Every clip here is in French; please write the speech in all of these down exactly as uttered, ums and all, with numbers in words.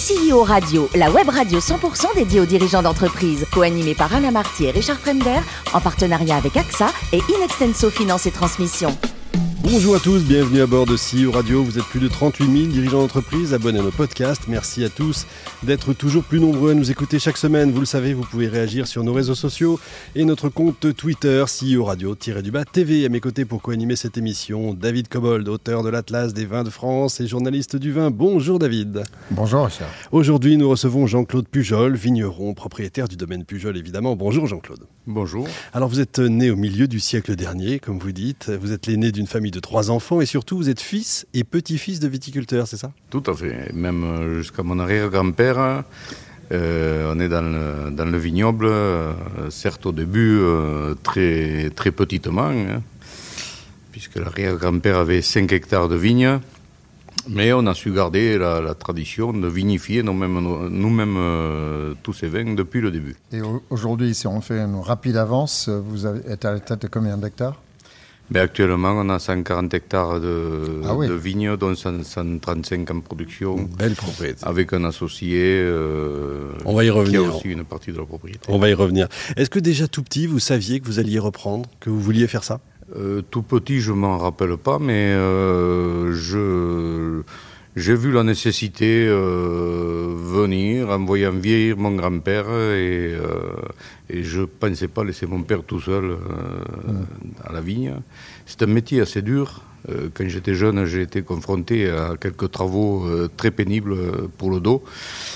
C E O Radio, la web radio cent pour cent dédiée aux dirigeants d'entreprise, co-animée par Alain Marty et Richard Fremder, en partenariat avec A X A et Inextenso Finance et Transmission. Bonjour à tous, bienvenue à bord de C E O Radio. Vous êtes plus de trente-huit mille dirigeants d'entreprise abonnés à nos podcasts. Merci à tous d'être toujours plus nombreux à nous écouter chaque semaine. Vous le savez, vous pouvez réagir sur nos réseaux sociaux et notre compte Twitter C E O Radio-du-bas T V. À mes côtés pour co-animer cette émission, David Cobold, auteur de l'Atlas des vins de France et journaliste du vin. Bonjour David. Bonjour Richard. Aujourd'hui, nous recevons Jean-Claude Pujol, vigneron, propriétaire du domaine Pujol évidemment. Bonjour Jean-Claude. Bonjour. Alors vous êtes né au milieu du siècle dernier, comme vous dites. Vous êtes l'aîné d'une famille de trois enfants et surtout vous êtes fils et petit-fils de viticulteurs, c'est ça ? Tout à fait. Même jusqu'à mon arrière-grand-père, euh, on est dans le, dans le vignoble, euh, certes au début euh, très, très petitement, hein, puisque l'arrière-grand-père avait cinq hectares de vignes, mais on a su garder la, la tradition de vinifier nous-mêmes, nous-mêmes euh, tous ces vins depuis le début. Et aujourd'hui, si on fait une rapide avance, vous êtes à la tête de combien d'hectares ? Mais actuellement, on a cent quarante hectares de, ah oui. de vignes, dont cent trente-cinq en production. Une belle propriété. Avec un associé euh, on va y revenir. qui a aussi une partie de la propriété. On va y revenir. Est-ce que déjà tout petit, vous saviez que vous alliez reprendre, que vous vouliez faire ça ? euh, Tout petit, je ne m'en rappelle pas, mais euh, je... J'ai vu la nécessité euh, venir en voyant vieillir mon grand-père et, euh, et je ne pensais pas laisser mon père tout seul euh, mmh. à la vigne. C'est un métier assez dur. Euh, quand j'étais jeune, j'ai été confronté à quelques travaux euh, très pénibles pour le dos.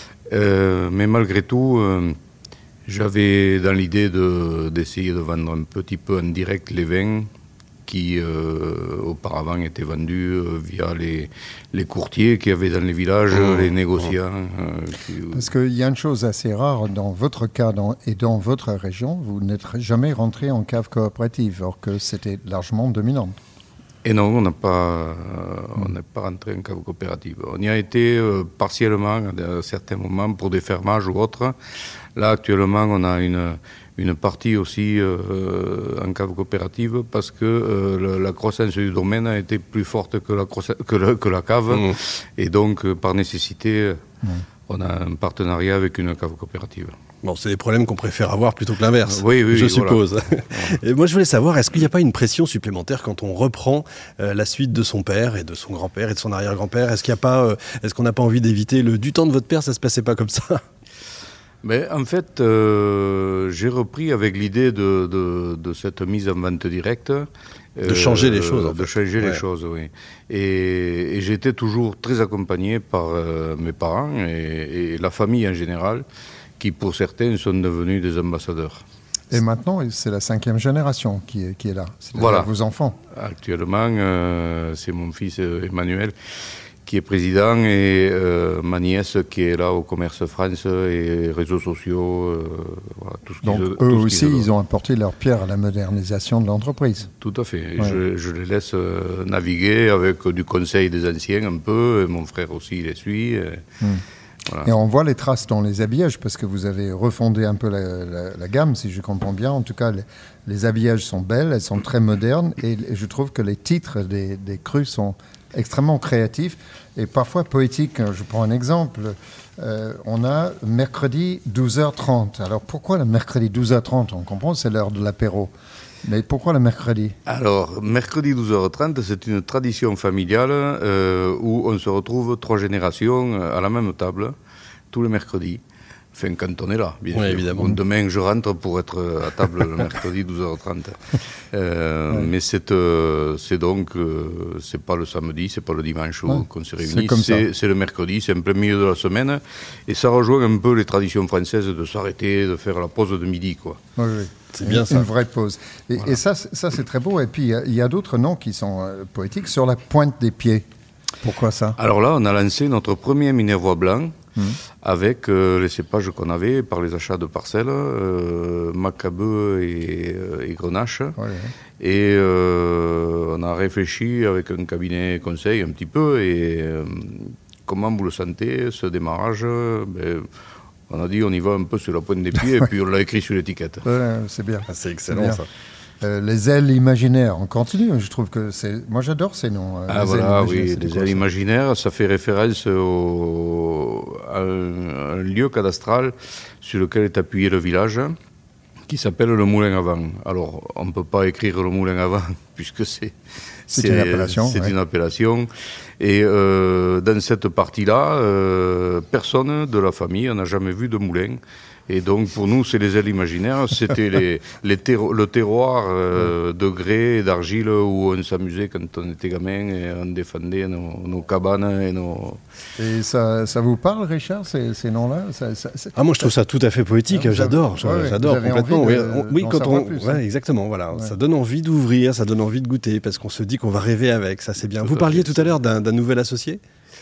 Euh, mais malgré tout, euh, j'avais dans l'idée de, d'essayer de vendre un petit peu en direct les vins qui euh, auparavant étaient vendus euh, via les, les courtiers qu'il y avait dans les villages, mmh, les négociants. Mmh. Euh, qui... Parce qu'il y a une chose assez rare dans votre cas dans, et dans votre région, vous n'êtes jamais rentré en cave coopérative, alors que c'était largement dominant. Et non, on n'a pas, euh, on n'est pas rentré en cave coopérative. On y a été euh, partiellement à certains moments pour des fermages ou autres. Là, actuellement, on a une... une partie aussi euh, en cave coopérative parce que euh, la, la croissance du domaine a été plus forte que la, que la, que la cave. Mmh. Et donc, euh, par nécessité, mmh. on a un partenariat avec une cave coopérative. Bon, c'est des problèmes qu'on préfère avoir plutôt que l'inverse, oui, oui, je oui, suppose. Voilà. Et moi, je voulais savoir, est-ce qu'il n'y a pas une pression supplémentaire quand on reprend euh, la suite de son père et de son grand-père et de son arrière-grand-père ? Est-ce qu'il y a pas, euh, est-ce qu'on n'a pas envie d'éviter le du temps de votre père, ça se passait pas comme ça ? Mais en fait, euh, j'ai repris avec l'idée de, de, de cette mise en vente directe. Euh, de changer les choses, en fait. De changer ouais. les choses, oui. Et, et j'étais toujours très accompagné par euh, mes parents et, et la famille en général, qui pour certains sont devenus des ambassadeurs. Et maintenant, c'est la cinquième génération qui est, qui est là, c'est-à-dire voilà. vos enfants. Actuellement, euh, c'est mon fils Emmanuel qui est président, et euh, ma nièce qui est là au Commerce France et réseaux sociaux. Euh, voilà, tout ce Donc qu'ils, eux tout aussi, ce ils ont apporté leur pierre à la modernisation de l'entreprise. Tout à fait. Ouais. Je, je les laisse euh, naviguer avec du conseil des anciens un peu, et mon frère aussi les suit. Et, hum. voilà. Et on voit les traces dans les habillages, parce que vous avez refondé un peu la, la, la gamme, si je comprends bien. En tout cas, les, les habillages sont belles, elles sont très modernes, et, et je trouve que les titres des, des crus sont extrêmement créatifs et parfois poétiques. Je prends un exemple. Euh, on a mercredi douze heures trente. Alors pourquoi le mercredi douze heures trente ? On comprend, c'est l'heure de l'apéro. Mais pourquoi le mercredi ? Alors, mercredi douze heures trente, c'est une tradition familiale euh, où on se retrouve trois générations à la même table, tous les mercredis. Enfin, quand on est là, bien oui, sûr. Évidemment. Bon, demain, je rentre pour être à table le mercredi douze heures trente. Euh, oui. Mais c'est, euh, c'est donc, euh, c'est pas le samedi, c'est pas le dimanche oui. qu'on se réunit, c'est, comme c'est, ça. c'est le mercredi, c'est en plein milieu de la semaine. Et ça rejoint un peu les traditions françaises de s'arrêter, de faire la pause de midi, quoi. Oui, oui. C'est bien une, ça. Une vraie pause. Et, voilà. et ça, ça, c'est très beau. Et puis, il y, y a d'autres noms qui sont euh, poétiques. Sur la pointe des pieds. Pourquoi ça ? Alors là, on a lancé notre premier Minervois blanc mmh. avec euh, les cépages qu'on avait par les achats de parcelles, euh, Macabeu et, euh, et Grenache. Ouais, ouais. Et euh, on a réfléchi avec un cabinet conseil un petit peu. Et euh, comment vous le sentez, ce démarrage ? ben, On a dit on y va un peu sur la pointe des pieds et puis on l'a écrit sur l'étiquette. Ouais, c'est bien. Ah, c'est excellent bien. ça. Euh, les ailes imaginaires, on continue. Je trouve que c'est. Moi, j'adore ces noms. Ah les voilà, ailes oui, les ailes imaginaires, ça fait référence au, à un, un lieu cadastral sur lequel est appuyé le village, qui s'appelle le Moulin à Vent. Alors, on ne peut pas écrire le Moulin à Vent, puisque c'est. C'est, c'est une appellation. C'est ouais. une appellation. Et euh, dans cette partie-là, euh, personne de la famille n'a jamais vu de moulin. Et donc, pour nous, c'est les ailes imaginaires. C'était les, les terro- le terroir euh, de grès et d'argile où on s'amusait quand on était gamin et on défendait nos, nos cabanes et nos... Et ça, ça vous parle, Richard, ces, ces noms-là ça, ça, Ah, moi, je trouve ça tout à fait poétique. Ah, j'adore, avez, ouais, j'adore complètement. De, oui, on, oui quand on, plus, ouais, hein. exactement. Voilà, ouais. Ça donne envie d'ouvrir, ça donne envie de goûter, parce qu'on se dit qu'on va rêver avec. Ça, c'est bien. Tout vous parliez fait. tout à l'heure d'un, d'un nouvel associé.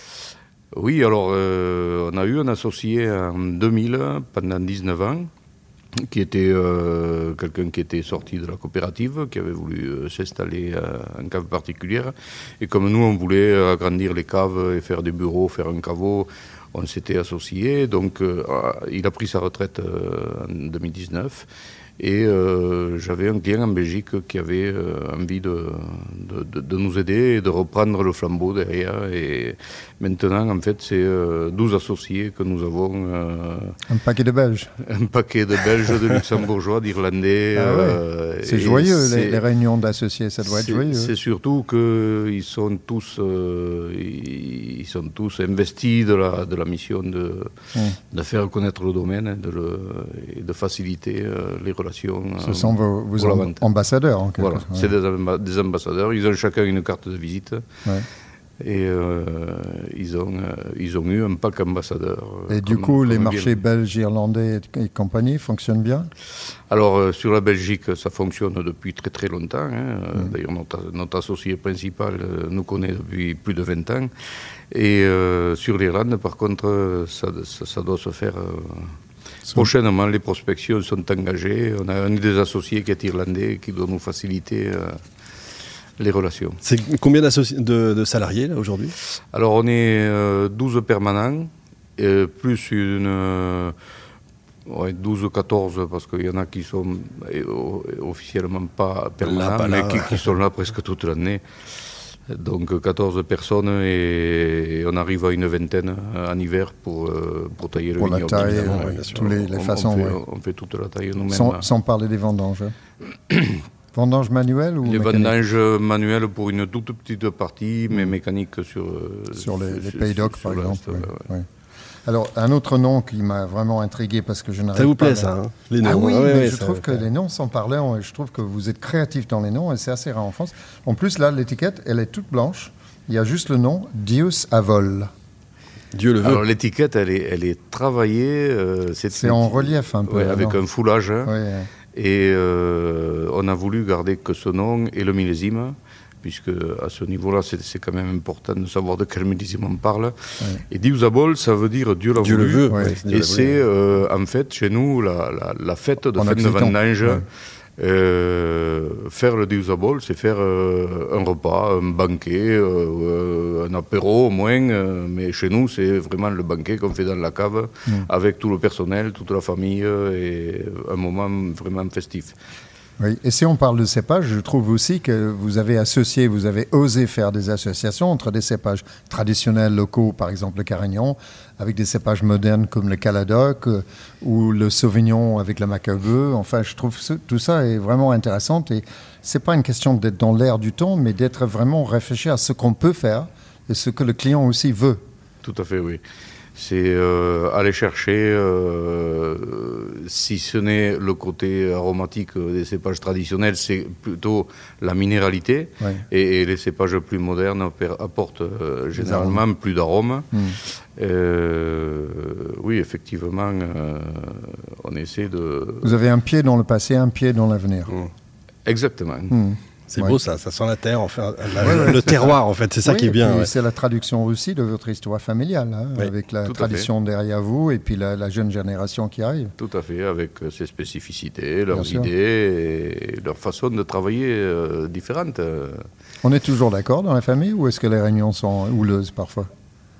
Oui, alors euh, on a eu un associé en deux mille pendant dix-neuf ans, qui était euh, quelqu'un qui était sorti de la coopérative, qui avait voulu euh, s'installer euh, en cave particulière. Et comme nous, on voulait agrandir les caves et faire des bureaux, faire un caveau, on s'était associés. Donc, euh, il a pris sa retraite euh, en deux mille dix-neuf. Et euh, j'avais un client en Belgique qui avait euh, envie de, de, de, de nous aider et de reprendre le flambeau derrière. Et maintenant, en fait, c'est euh, douze associés que nous avons. Euh, un paquet de Belges. Un paquet de Belges, de Luxembourgeois, d'Irlandais. Ah ouais. euh, c'est joyeux, c'est, les, les réunions d'associés, ça doit être c'est, joyeux. C'est surtout qu'ils sont tous, euh, ils sont tous investis de la, de la mission de, mmh. de faire connaître le domaine de le, et de faciliter euh, les relations. Ce sont vos, vos amb- ambassadeurs, en quelque Voilà, sorte. c'est des, amb- des ambassadeurs. Ils ont chacun une carte de visite. Ouais. Et euh, ils, ont, euh, ils ont eu un pack ambassadeur. Et du coup, les marchés belges, irlandais et compagnie fonctionnent bien ? Alors, euh, sur la Belgique, ça fonctionne depuis très très longtemps. Hein. Mmh. D'ailleurs, notre, notre associé principal euh, nous connaît depuis plus de vingt ans. Et euh, sur l'Irlande, par contre, ça, ça, ça doit se faire... Euh, Prochainement, les prospections sont engagées. On a un des associés qui est irlandais qui doit nous faciliter euh, les relations. C'est combien de, de salariés là, aujourd'hui ? Alors, on est euh, douze permanents, et plus une, euh, ouais, douze ou quatorze, parce qu'il y en a qui sont euh, officiellement pas permanents, là, pas mais là, qui, ouais. qui sont là presque toute l'année. Donc quatorze personnes et on arrive à une vingtaine en hiver pour, pour tailler pour le vignoble. Pour la taille, ouais, toutes les, les on, façons. On fait, ouais. on fait toute la taille nous-mêmes. Sans, sans parler des vendanges. Vendanges manuelles ou Les mécaniques ? vendanges manuelles pour une toute petite partie, mais mécaniques sur... Sur les, les pays d'oc, par exemple. Ouais, ouais. Ouais. Alors, un autre nom qui m'a vraiment intrigué parce que je n'arrive pas... Ça vous plaît, à... ça, hein, les noms. Ah oui, ah, mais ouais, je trouve que les noms sont parlants et je trouve que vous êtes créatif dans les noms et c'est assez rare en France. En plus, là, l'étiquette, elle est toute blanche. Il y a juste le nom Dius Avol. Dieu le veut. Alors, l'étiquette, elle est, elle est travaillée. Euh, c'est c'est en relief un peu. Ouais, avec un foulage. Hein, ouais. Et euh, on a voulu garder que ce nom et le millésime. Puisque à ce niveau-là, c'est, c'est quand même important de savoir de quel millésime on parle. Ouais. Et Dius Avol, ça veut dire Dieu l'a Dieu voulu. Le veut, ouais. Et c'est euh, en fait chez nous la, la, la fête de en fin de vendange. Ouais. Euh, faire le Dius Avol, c'est faire euh, un repas, un banquet, euh, un apéro au moins. Euh, mais chez nous, c'est vraiment le banquet qu'on fait dans la cave mmh. avec tout le personnel, toute la famille et un moment vraiment festif. Oui, et si on parle de cépages, je trouve aussi que vous avez associé, vous avez osé faire des associations entre des cépages traditionnels locaux, par exemple le Carignan, avec des cépages modernes comme le Caladoc euh, ou le Sauvignon avec la Macabeu. Enfin, je trouve que tout ça est vraiment intéressant et c'est pas une question d'être dans l'air du temps, mais d'être vraiment réfléchi à ce qu'on peut faire et ce que le client aussi veut. Tout à fait, oui. C'est euh, aller chercher, euh, si ce n'est le côté aromatique des cépages traditionnels, c'est plutôt la minéralité. Oui. Et, et les cépages plus modernes apportent euh, généralement plus d'arômes. Mmh. Euh, oui, effectivement, euh, on essaie de... Vous avez un pied dans le passé, un pied dans l'avenir. Mmh. Exactement. Mmh. C'est ouais. beau ça, ça sent la terre, enfin, la, ouais, ouais. le terroir en fait, c'est ça oui, qui est bien. Ouais. C'est la traduction aussi de votre histoire familiale, hein, oui, avec la tradition derrière vous et puis la, la jeune génération qui arrive. Tout à fait, avec ses spécificités, leurs bien idées et leur façon de travailler euh, différente. On est toujours d'accord dans la famille ou est-ce que les réunions sont houleuses parfois ?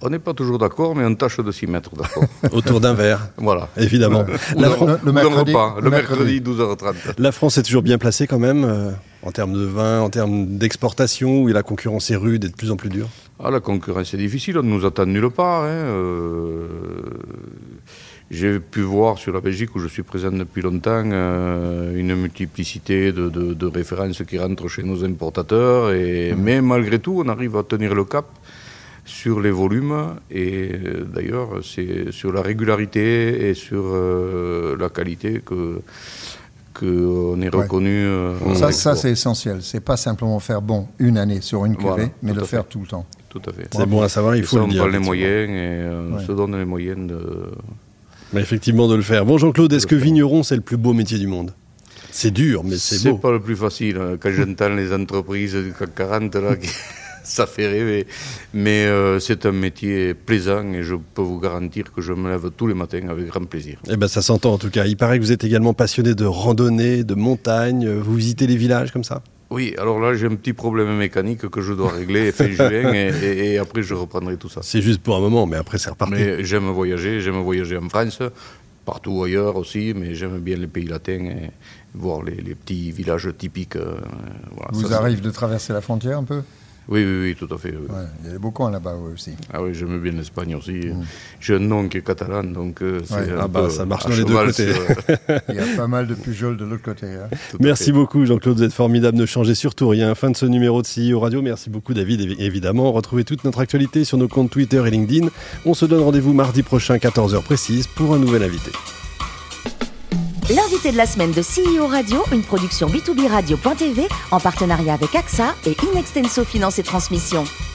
On n'est pas toujours d'accord, mais on tâche de s'y mettre d'accord. Autour d'un verre. Voilà. Évidemment. Ou La, le, Fran- le, le, mercredi, repas, le, le mercredi, mercredi douze heures trente. La France est toujours bien placée quand même, euh, en termes de vin, en termes d'exportation, où la concurrence est rude et de plus en plus dure. Ah, la concurrence est difficile, on ne nous attend nulle part. Hein. Euh, j'ai pu voir sur la Belgique, où je suis présent depuis longtemps, euh, une multiplicité de, de, de références qui rentrent chez nos importateurs. Et, mmh. Mais malgré tout, on arrive à tenir le cap sur les volumes. Et d'ailleurs, c'est sur la régularité et sur euh, la qualité que... qu'on est reconnu. Ouais. Euh, ça, ça c'est essentiel. C'est pas simplement faire bon une année sur une cuvée, voilà, mais le faire fait. tout le temps. Tout à fait. C'est bon, bon à savoir, il faut ça, le dire. On parle les moyens et on ouais. se donne les moyens de... Mais effectivement, de le faire. Bon, Jean-Claude, est-ce que vigneron, c'est le plus beau métier du monde ? C'est dur, mais c'est, c'est beau. C'est pas le plus facile. Quand j'entends les entreprises du C A C quarante, là, ça fait rêver. Mais euh, c'est un métier plaisant et je peux vous garantir que je me lève tous les matins avec grand plaisir. Eh ben, ça s'entend en tout cas. Il paraît que vous êtes également passionné de randonnée, de montagne. Vous visitez les villages comme ça ? Oui, alors là, j'ai un petit problème mécanique que je dois régler fin juin et, et, et après, je reprendrai tout ça. C'est juste pour un moment, mais après, c'est reparti. Mais j'aime voyager, j'aime voyager en France, partout ailleurs aussi, mais j'aime bien les pays latins et voir les, les petits villages typiques. Euh, voilà, vous ça, arrive c'est... de traverser la frontière un peu ? Oui, oui, oui, tout à fait. Oui. Ouais, il y a des Balkans là-bas ouais, aussi. Ah oui, j'aime bien l'Espagne aussi. Mmh. J'ai un nom qui est catalan, donc euh, c'est ouais. un ah bah, peu ça marche dans les deux côtés. Sur... il y a pas mal de Pujol de l'autre côté. Hein. Merci beaucoup Jean-Claude, vous êtes formidable, ne changez surtout rien. Fin de ce numéro de C I O Radio. Merci beaucoup David, évidemment. Retrouvez toute notre actualité sur nos comptes Twitter et LinkedIn. On se donne rendez-vous mardi prochain, quatorze heures précise, pour un nouvel invité. L'invité de la semaine de C I O Radio, une production B deux B radio point T V en partenariat avec A X A et In Extenso Finance et Transmission.